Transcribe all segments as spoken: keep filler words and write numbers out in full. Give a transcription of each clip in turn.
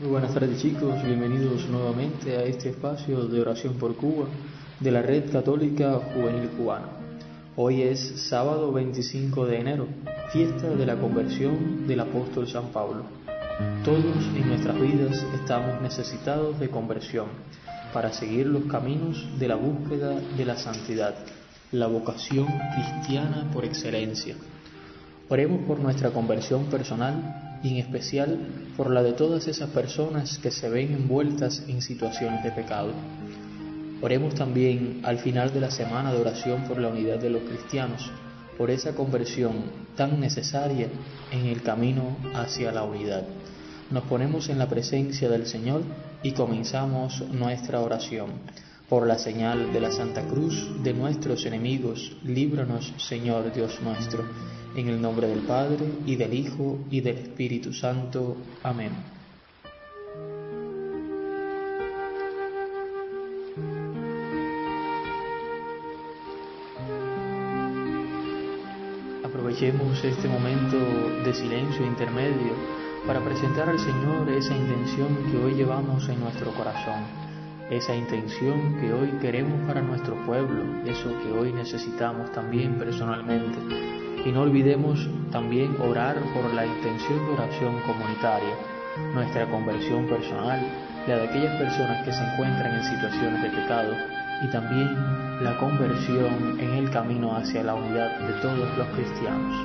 Muy buenas tardes, chicos, bienvenidos nuevamente a este espacio de oración por Cuba de la Red Católica Juvenil Cubana. Hoy es sábado veinticinco de enero, fiesta de la conversión del apóstol San Pablo. Todos en nuestras vidas estamos necesitados de conversión para seguir los caminos de la búsqueda de la santidad, la vocación cristiana por excelencia. Oremos por nuestra conversión personal y en especial por la de todas esas personas que se ven envueltas en situaciones de pecado. Oremos también al final de la semana de oración por la unidad de los cristianos, por esa conversión tan necesaria en el camino hacia la unidad. Nos ponemos en la presencia del Señor y comenzamos nuestra oración. Por la señal de la Santa Cruz de nuestros enemigos, líbranos, Señor Dios nuestro. En el nombre del Padre, y del Hijo, y del Espíritu Santo. Amén. Aprovechemos este momento de silencio intermedio para presentar al Señor esa intención que hoy llevamos en nuestro corazón, esa intención que hoy queremos para nuestro pueblo, eso que hoy necesitamos también personalmente. Y no olvidemos también orar por la intención de oración comunitaria, nuestra conversión personal, la de aquellas personas que se encuentran en situaciones de pecado, y también la conversión en el camino hacia la unidad de todos los cristianos.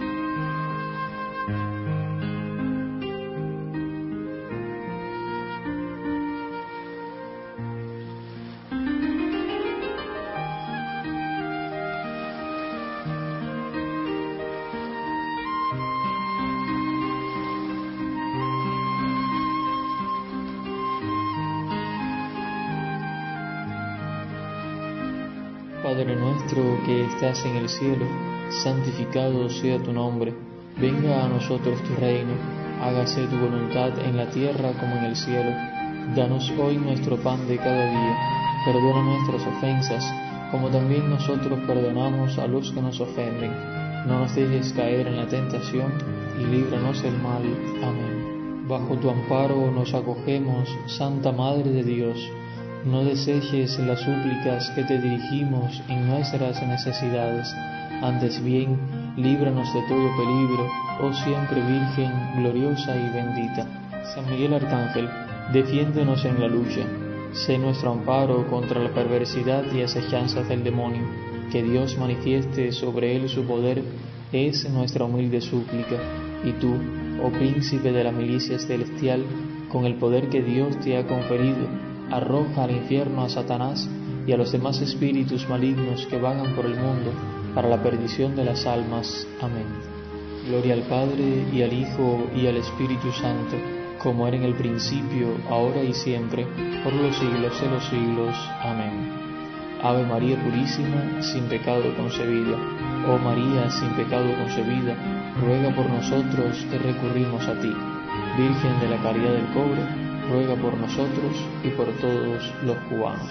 Padre nuestro que estás en el cielo, santificado sea tu nombre. Venga a nosotros tu reino, hágase tu voluntad en la tierra como en el cielo. Danos hoy nuestro pan de cada día, perdona nuestras ofensas, como también nosotros perdonamos a los que nos ofenden. No nos dejes caer en la tentación, y líbranos del mal. Amén. Bajo tu amparo nos acogemos, Santa Madre de Dios. No deseches las súplicas que te dirigimos en nuestras necesidades, antes bien, líbranos de todo peligro, oh siempre Virgen, gloriosa y bendita. San Miguel Arcángel, defiéndenos en la lucha, sé nuestro amparo contra la perversidad y asechanzas del demonio, que Dios manifieste sobre él su poder, es nuestra humilde súplica, y tú, oh príncipe de la milicia celestial, con el poder que Dios te ha conferido, arroja al infierno a Satanás y a los demás espíritus malignos que vagan por el mundo para la perdición de las almas. Amén. Gloria al Padre, y al Hijo, y al Espíritu Santo, como era en el principio, ahora y siempre, por los siglos de los siglos. Amén. Ave María Purísima, sin pecado concebida. Oh María, sin pecado concebida, ruega por nosotros que recurrimos a ti. Virgen de la Caridad del Cobre, ruega por nosotros y por todos los cubanos.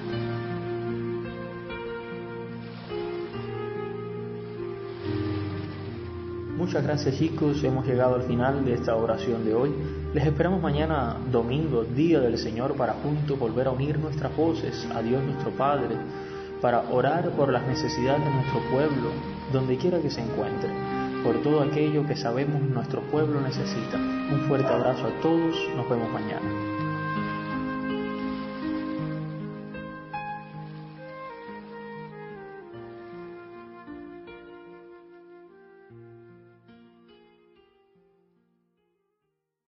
Muchas gracias, chicos, hemos llegado al final de esta oración de hoy. Les esperamos mañana domingo, Día del Señor, para juntos volver a unir nuestras voces a Dios nuestro Padre, para orar por las necesidades de nuestro pueblo, donde quiera que se encuentre, por todo aquello que sabemos nuestro pueblo necesita. Un fuerte abrazo a todos, nos vemos mañana.